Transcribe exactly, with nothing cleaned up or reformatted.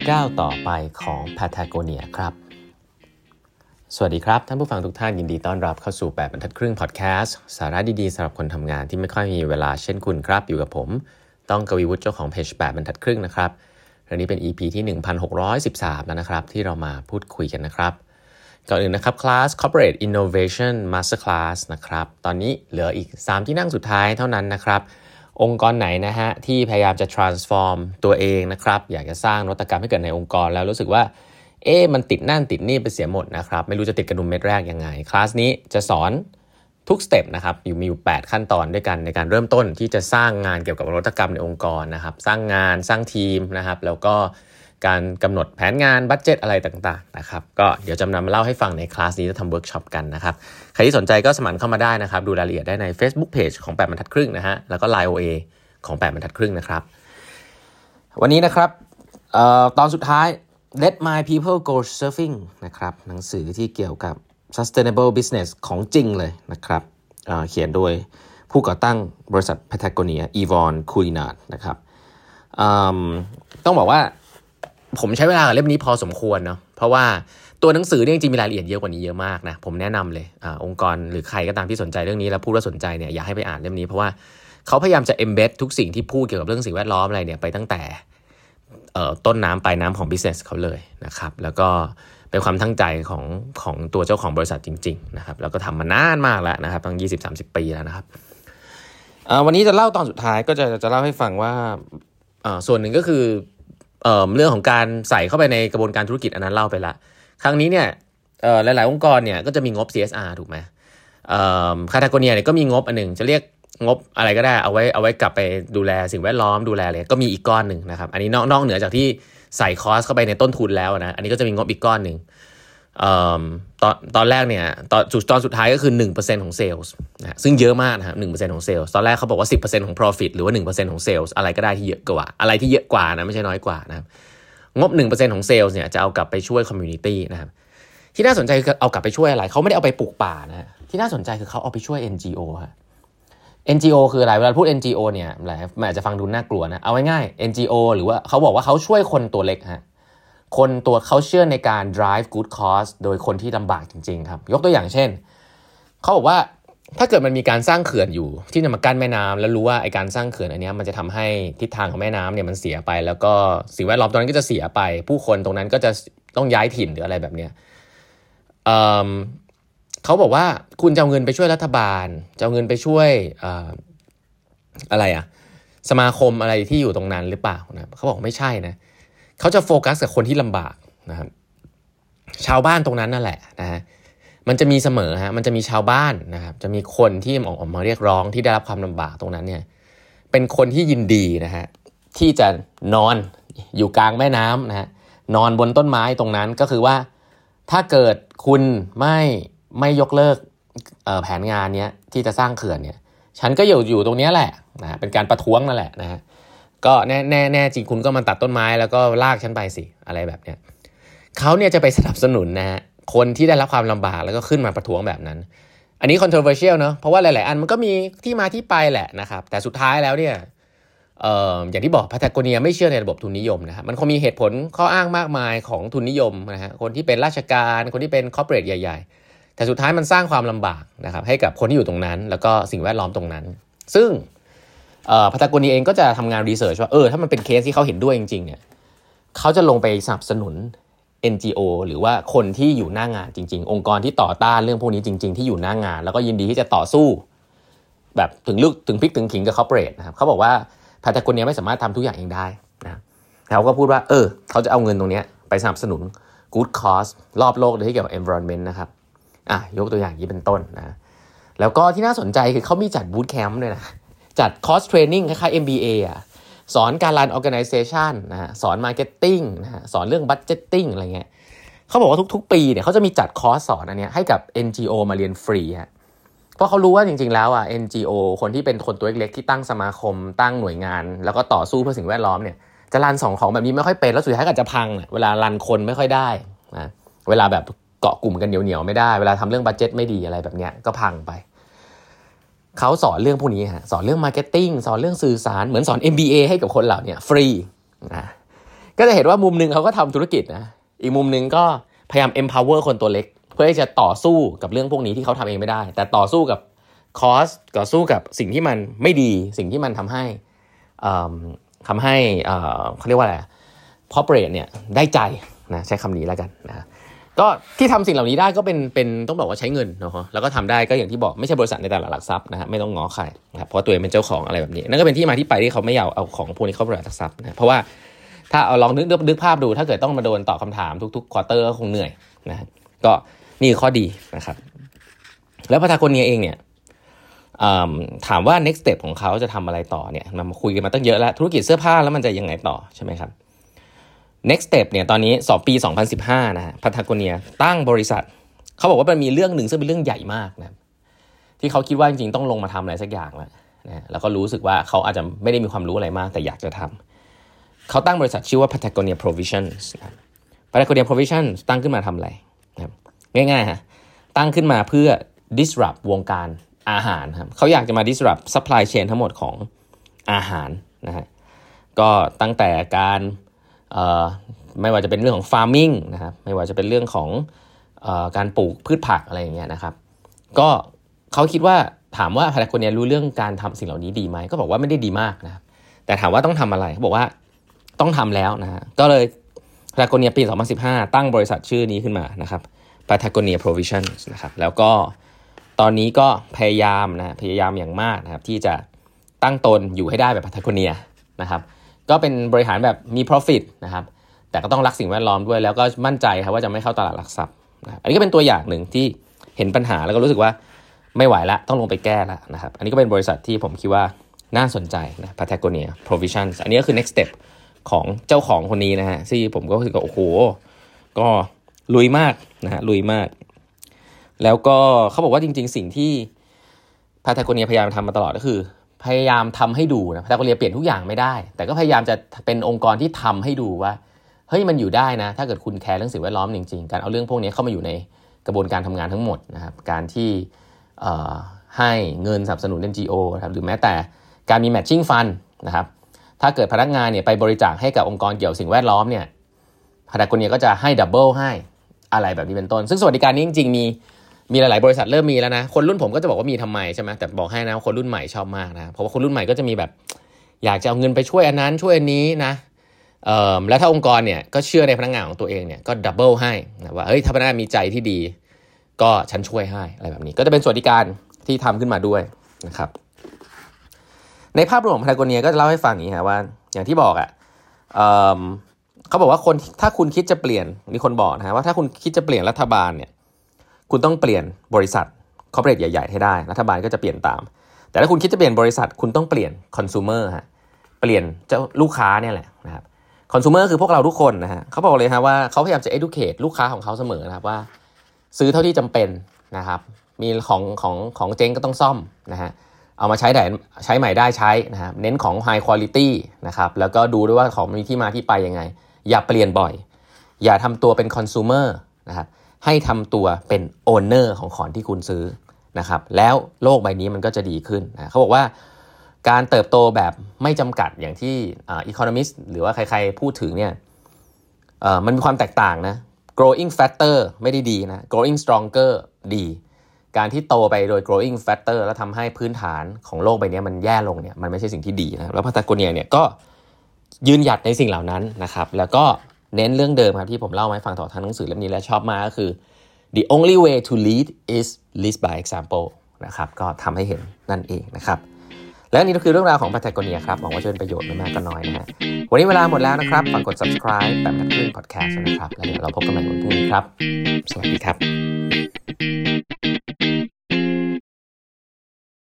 ก้าวต่อไปของ Patagonia ครับสวัสดีครับท่านผู้ฟังทุกท่านยินดีต้อนรับเข้าสู่แปดบรรทัดครึ่งพอดแคสต์สาระดีๆสำหรับคนทำงานที่ไม่ค่อยมีเวลาเช่นคุณครับอยู่กับผมต้องกวีวุฒิเจ้าของเพจแปดบรรทัดครึ่งนะครับวันนี้เป็น อี พี ที่ หนึ่งพันหกร้อยสิบสาม แล้วนะครับที่เรามาพูดคุยกันนะครับก่อนอื่นนะครับคลาส Corporate Innovation Master Class นะครับตอนนี้เหลืออีกสามที่นั่งสุดท้ายเท่านั้นนะครับองค์กรไหนนะฮะที่พยายามจะ transform ตัวเองนะครับอยากจะสร้างนวัตกรรมให้เกิดในองค์กรแล้วรู้สึกว่าเอ๊ะมันติดนั่นติดนี่ไปเสียหมดนะครับไม่รู้จะติดกระดุมเม็ดแรกยังไงคลาสนี้จะสอนทุกสเต็ปนะครับอยู่มีอยู่แปดขั้นตอนด้วยกันในการเริ่มต้นที่จะสร้างงานเกี่ยวกับนวัตกรรมในองค์กรนะครับสร้างงานสร้างทีมนะครับแล้วก็การกำหนดแผนงานบัดเจ็ตอะไรต่างๆนะครับก็เดี๋ยวจะนำมาเล่าให้ฟังในคลาสนี้จะทำเวิร์กช็อปกันนะครับใครที่สนใจก็สมัครเข้ามาได้นะครับดูรายละเอียดได้ใน Facebook Page ของแปดบรรทัดครึ่งนะฮะแล้วก็ ไลน์ โอ เอ ของแปดบรรทัดครึ่งนะครับวันนี้นะครับเอ่อตอนสุดท้ายLet My People Go Surfing นะครับหนังสือที่เกี่ยวกับ Sustainable Business ของจริงเลยนะครับ เอ่อ เขียนโดยผู้ก่อตั้งบริษัท Patagonia อีวอนคูลินาร์ดนะครับต้องบอกว่าผมใช้เวลากับเล่มนี้พอสมควรเนาะเพราะว่าตัวหนังสือเนี่ยจริงๆมีรายละเอียดเยอะกว่านี้เยอะมากนะผมแนะนำเลยอ่าองค์กรหรือใครก็ตามที่สนใจเรื่องนี้แล้วพูดว่าสนใจเนี่ยอยากให้ไปอ่านเล่มนี้เพราะว่าเขาพยายามจะ embed ทุกสิ่งที่พูดเกี่ยวกับเรื่องสิ่งแวดล้อมอะไรเนี่ยไปตั้งแต่ต้นน้ำปลายน้ำของ business เขาเลยนะครับแล้วก็เป็นความตั้งใจของของตัวเจ้าของบริษัทจริงๆนะครับแล้วก็ทำมานานมากแล้วนะครับตั้ง ยี่สิบถึงสามสิบ ปีแล้วนะครับวันนี้จะเล่าตอนสุดท้ายก็จะจะเล่าให้ฟังว่าส่วนหนึ่งก็คือเอ่อเรื่องของการใส่เข้าไปในกระบวนการธุรกิจอันนั้นเล่าไปละครั้งนี้เนี่ยเอ่อหลายๆองค์กรเนี่ยก็จะมีงบ ซี เอส อาร์ ถูกไหมเอ่อ Patagonia เนี่ยก็มีงบอันหนึ่งจะเรียกงบอะไรก็ได้เอาไว้เอาไว้กลับไปดูแลสิ่งแวดล้อมดูแลอะไรก็มีอีกก้อนหนึ่งนะครับอันนี้นอกนอกเหนือจากที่ใส่คอสเข้าไปในต้นทุนแล้วนะอันนี้ก็จะมีงบอีกก้อนหนึ่งเอ่อตอนตอนแรกเนี่ยตอนจุดตอนสุดท้ายก็คือ หนึ่งเปอร์เซ็นต์ ของเซลล์นะซึ่งเยอะมากนะครับ หนึ่งเปอร์เซ็นต์ ของเซลล์ตอนแรกเขาบอกว่า สิบเปอร์เซ็นต์ ของ profit หรือว่า หนึ่งเปอร์เซ็นต์ ของเซลล์อะไรก็ได้ที่เยอะกว่าอะไรที่เยอะกว่านะไม่ใช่น้อยกว่านะครับงบ หนึ่งเปอร์เซ็นต์ ของเซลล์เนี่ยจะเอากลับไปช่วยคอมมูนิตี้นะครับที่น่าสนใจคือเอากลับไปช่วยอะไรเขาไม่ได้เอาไปปลูกป่านะที่น่าสนใจคือเขาเอาไปช่วย เอ็น จี โอ ฮะ เอ็น จี โอ คืออะไรเวลาพูด เอ็น จี โอ เนี่ยหลายมันอาจจะฟังดูน่ากลัวนะเอาง่ายๆ เอ็น จี โอ หรือว่าเขาบอกว่าเขาช่วยคนตัวเล็กฮะคนตัวเขาเชื่อในการ drive good cause โดยคนที่ลำบากจริงๆครับยกตัวอย่างเช่นเขาบอกว่าถ้าเกิดมันมีการสร้างเขื่อนอยู่ที่จะมากั้นแม่น้ำแล้วรู้ว่าไอ้การสร้างเขื่อนอันนี้มันจะทำให้ทิศทางของแม่น้ำเนี่ยมันเสียไปแล้วก็สิ่งแวดล้อมตรงนั้นก็จะเสียไปผู้คนตรงนั้นก็จะต้องย้ายถิ่นหรืออะไรแบบเนี้ยเอ่อเขาบอกว่าคุณจะเอาเงินไปช่วยรัฐบาลจะเอาเงินไปช่วยเอ่ออะไรอะสมาคมอะไรที่อยู่ตรงนั้นหรือเปล่านะเขาบอกไม่ใช่นะเขาจะโฟกัสกับคนที่ลำบากนะครับชาวบ้านตรงนั้นนั่นแหละนะฮะมันจะมีเสมอฮะมันจะมีชาวบ้านนะครับจะมีคนที่ออกมาเรียกร้องที่ได้รับความลำบากตรงนั้นเนี่ยเป็นคนที่ยินดีนะฮะที่จะนอนอยู่กลางแม่น้ำนะฮะนอนบนต้นไม้ตรงนั้นก็คือว่าถ้าเกิดคุณไม่ไม่ยกเลิกเอ่อแผนงานเนี้ยที่จะสร้างเขื่อนเนี่ยฉันก็อยู่อยู่ตรงนี้แหละนะเป็นการประท้วงนั่นแหละนะฮะก็แน่แน่แน่จริงคุณก็มาตัดต้นไม้แล้วก็ลากฉันไปสิอะไรแบบเนี้ยเขาเนี่ยจะไปสนับสนุนนะฮะคนที่ได้รับความลำบากแล้วก็ขึ้นมาประท้วงแบบนั้นอันนี้ controversial เนอะเพราะว่าหลายๆอันมันก็มีที่มาที่ไปแหละนะครับแต่สุดท้ายแล้วเนี่ยเอ่ออย่างที่บอก Patagonia ไม่เชื่อในระบบทุนนิยมนะครับมันคงมีเหตุผลข้ออ้างมากมายของทุนนิยมนะฮะคนที่เป็นราชการคนที่เป็น corporate ใหญ่ๆแต่สุดท้ายมันสร้างความลำบากนะครับให้กับคนที่อยู่ตรงนั้นแล้วก็สิ่งแวดล้อมตรงนั้นซึ่งเอ่อ Patagonia เองก็จะทำงานรีเสิร์ชว่าเออถ้ามันเป็นเคสที่เขาเห็นด้วยจริงๆเนี่ยเขาจะลงไปสนับสนุน เอ็น จี โอ หรือว่าคนที่อยู่หน้างานจริงๆองค์กรที่ต่อต้านเรื่องพวกนี้จริงๆที่อยู่หน้างานแล้วก็ยินดีที่จะต่อสู้แบบถึงลึกถึงพลิกถึงขิงกับ corporate นะครับเขาบอกว่า Patagonia ไม่สามารถทำทุกอย่างเองได้นะเขาก็พูดว่าเออเขาจะเอาเงินตรงนี้ไปสนับสนุน good cause รอบโลกโดยที่เกี่ยวกับ environment นะครับอ่ะยกตัวอย่างนี้เป็นต้นนะแล้วก็ที่น่าสนใจคือเขามีจัด boot camp ด้วยนะจัด course training คล้ายๆ เอ็ม บี เอ อ่ะสอนการรัน organization นะฮะสอน marketing นะฮะสอนเรื่อง budgeting อะไรเงี้ยเขาบอกว่าทุกๆปีเนี่ยเขาจะมีจัดคอร์สสอนอันเนี้ยให้กับ เอ็น จี โอ มาเรียนฟรีฮะเพราะเขารู้ว่าจริงๆแล้วอ่ะ เอ็น จี โอ คนที่เป็นคนตัวเล็กๆที่ตั้งสมาคมตั้งหน่วยงานแล้วก็ต่อสู้เพื่อสิ่งแวดล้อมเนี่ยจะรันสองของแบบนี้ไม่ค่อยเป็นแล้วสุดท้ายก็จะพังเวลารันคนไม่ค่อยได้นะเวลาแบบเกาะกลุ่มกันเหนียวๆไม่ได้เวลาทำเรื่องบัดเจ็ตไม่ดีอะไรแบบเนี้ยก็พังไปเขาสอนเรื่องพวกนี้ฮะสอนเรื่องมาร์เก็ตติ้งสอนเรื่องสื่อสารเหมือนสอน เอ็ม บี เอ ให้กับคนเหล่านี้ฟรีนะก็จะเห็นว่ามุมนึงเขาก็ทำธุรกิจนะอีกมุมนึงก็พยายาม empower คนตัวเล็กเพื่อที่จะต่อสู้กับเรื่องพวกนี้ที่เขาทำเองไม่ได้แต่ต่อสู้กับคอสต่อสู้กับสิ่งที่มันไม่ดีสิ่งที่มันทำให้ทำให้เขาเรียกว่าอะไรcorporate เนี่ยได้ใจนะใช้คำนี้แล้วกันนะก็ที่ทำสิ่งเหล่านี้ได้ก็เป็นเป็นต้องบอกว่าใช้เงินเนาะแล้วก็ทำได้ก็อย่างที่บอกไม่ใช่บริษัทในตลาดหลักทรัพย์นะฮะไม่ต้องง้อใครนะครับเพราะตัวเองเป็นเจ้าของอะไรแบบนี้นั่นก็เป็นที่มาที่ไปที่เขาไม่อยากเอาของพวกนี้เข้าตลาดหลักทรัพย์นะเพราะว่าถ้าเอาลองนึกนึกภาพดูถ้าเกิดต้องมาโดนตอบคำถามทุกๆควอเตอร์ก็คงเหนื่อยนะก็นี่ข้อดีนะครับแล้วพาทาโกเนียเองเนี่ยถามว่า next step ของเขาจะทำอะไรต่อเนี่ยมาคุยกันมาตั้งเยอะแล้วธุรกิจเสื้อผ้าแล้วมันจะยังไงต่อใช่ไหมครับ next step เนี่ยตอนนี้สองปีสองพันสิบห้านะฮะพาทาโกเนียตั้งบริษัทเขาบอกว่ามันมีเรื่องหนึ่งซึ่งเป็นเรื่องใหญ่มากนะที่เขาคิดว่าจริงๆต้องลงมาทำอะไรสักอย่างแล้วนะแล้วก็รู้สึกว่าเขาอาจจะไม่ได้มีความรู้อะไรมากแต่อยากจะทำเขาตั้งบริษัทชื่อว่า Patagonia Provisions นะ Patagonia Provisions ตั้งขึ้นมาทำอะไรนะง่ายๆฮะตั้งขึ้นมาเพื่อ disrupt วงการอาหารครับเขาอยากจะมา disrupt supply chain ทั้งหมดของอาหารนะฮะก็ตั้งแต่การเอ่อไม่ว่าจะเป็นเรื่องของ farming นะครับไม่ว่าจะเป็นเรื่องของเอ่อการปลูกพืชผักอะไรอย่างเงี้ยนะครับก็เขาคิดว่าถามว่าพาทาโกเนียรู้เรื่องการทำสิ่งเหล่านี้ดีไหมก็บอกว่าไม่ได้ดีมากนะครับแต่ถามว่าต้องทำอะไรเขาบอกว่าต้องทำแล้วนะฮะก็เลยพาทาโกเนียปีสองพันสิบห้าตั้งบริษัทชื่อนี้ขึ้นมานะครับ Patagonia Provisions นะครับแล้วก็ตอนนี้ก็พยายามนะพยายามอย่างมากนะครับที่จะตั้งตนอยู่ให้ได้แบบพาทาโกเนียนะครับก็เป็นบริหารแบบมี profit นะครับแต่ก็ต้องรักสิ่งแวดล้อมด้วยแล้วก็มั่นใจครับว่าจะไม่เข้าตลาดหลักทรัพย์นะอันนี้ก็เป็นตัวอย่างหนึ่งที่เห็นปัญหาแล้วก็รู้สึกว่าไม่ไหวละต้องลงไปแก้ละนะครับอันนี้ก็เป็นบริษัทที่ผมคิดว่าน่าสนใจนะ Patagonia Provisions อันนี้ก็คือ next step ของเจ้าของคนนี้นะฮะที่ผมก็รู้สึกว่าโอ้โหก็ลุยมากนะฮะลุยมากแล้วก็เขาบอกว่าจริงๆสิ่งที่ Patagonia พยายามทำมาตลอดก็คือพยายามทำให้ดูนะ Patagonia เปลี่ยนทุกอย่างไม่ได้แต่ก็พยายามจะเป็นองค์กรที่ทำให้ดูว่าเฮ้ยมันอยู่ได้นะถ้าเกิดคุณแคร์เรื่องสิ่งแวดล้อมจริงๆการเอาเรื่องพวกนี้เข้ามาอยู่ในกระบวนการทำงานทั้งหมดนะครับการที่ให้เงินสนับสนุน เอ็น จี โอ นะครับหรือแม้แต่การมี matching fund นะครับถ้าเกิดพนักงานเนี่ยไปบริจาคให้กับองค์กรเกี่ยวสิ่งแวดล้อมเนี่ยPatagoniaก็จะให้ดับเบิลให้อะไรแบบนี้เป็นต้นซึ่งสวัสดิการนี้จริงๆมีมีหลายๆบริษัทเริ่มมีแล้วนะคนรุ่นผมก็จะบอกว่ามีทำไมใช่ไหมแต่บอกให้นะคนรุ่นใหม่ชอบมากนะเพราะว่าคนรุ่นใหม่ก็จะมีแบบอยากจะเอาเงินไปช่วยอันนั้นช่วยอันนี้นะเอ่อแล้วถ้าองค์กรเนี่ยก็เชื่อในพนักงานของตัวเองเนี่ยก็ดับเบิลให้นะว่าเฮ้ยถ้าพนักงานมีใจที่ดีก็ฉันช่วยให้อะไรแบบนี้ก็จะเป็นสวัสดิการที่ทำขึ้นมาด้วยนะครับในภาพรวมของ Patagonia ก็จะเล่าให้ฟังอย่างนี้ครับว่าอย่างที่บอกอ่ะเอ่อเขาบอกว่าคนถ้าคุณคิดจะเปลี่ยนมีคนบอกนะฮะว่าถ้าคุณคิดจะเปลี่ยนรัฐบาลเนี่ยคุณต้องเปลี่ยนบริษัทคอร์ปอเรทใหญ่ๆให้ได้รัฐบาลก็จะเปลี่ยนตามแต่ถ้าคุณคิดจะเปลี่ยนบริษัทคุณต้องเปลี่ยนคอน sumer ฮะเปลี่ยนเจ้าลูกค้าเนี่ยแหละนะครับคอน sumer คือพวกเราทุกคนนะฮะเขาบอกเลยฮะว่าเขาพยายามจะ educate ลูกค้าของเขาเสมอนะครับว่าซื้อเท่าที่จำเป็นนะครับมีของของของเจ๊งก็ต้องซ่อมนะฮะเอามาใช้ได้ใช้ใหม่ได้ใช้นะครับเน้นของ high quality นะครับแล้วก็ดูด้วยว่าของมีที่มาที่ไปยังไงอย่าเปลี่ยนบ่อยอย่าทำตัวเป็นคอน sumer นะครับให้ทำตัวเป็น owner ของของที่คุณซื้อนะครับแล้วโลกใบนี้มันก็จะดีขึ้นนะเขาบอกว่าการเติบโตแบบไม่จำกัดอย่างที่อ่า economist หรือว่าใครๆพูดถึงเนี่ยเอ่อมันมีความแตกต่างนะ growing faster ไม่ได้ดีนะ growing stronger ดีการที่โตไปโดย growing faster แล้วทำให้พื้นฐานของโลกใบนี้มันแย่ลงเนี่ยมันไม่ใช่สิ่งที่ดีนะแล้ว Patagonia เนี่ยก็ยืนหยัดในสิ่งเหล่านั้นนะครับแล้วก็เน้นเรื่องเดิมครับที่ผมเล่ามาให้ฟังต่อทางหนังสือเล่มนี้และชอบมากก็คือ the only way to lead is lead by example นะครับก็ทำให้เห็นนั่นเองนะครับและนี่ก็คือเรื่องราวของ Patagonia ครับหวังว่าจะเป็นประโยชน์ไม่มากก็น้อยนะฮะวันนี้เวลาหมดแล้วนะครับฝากกด subscribe แบบนักขึ้น podcast นะครับแล้วเดี๋ยวเราพบกันใหม่วันพรุ่งนี้ครับสวัสดีครับ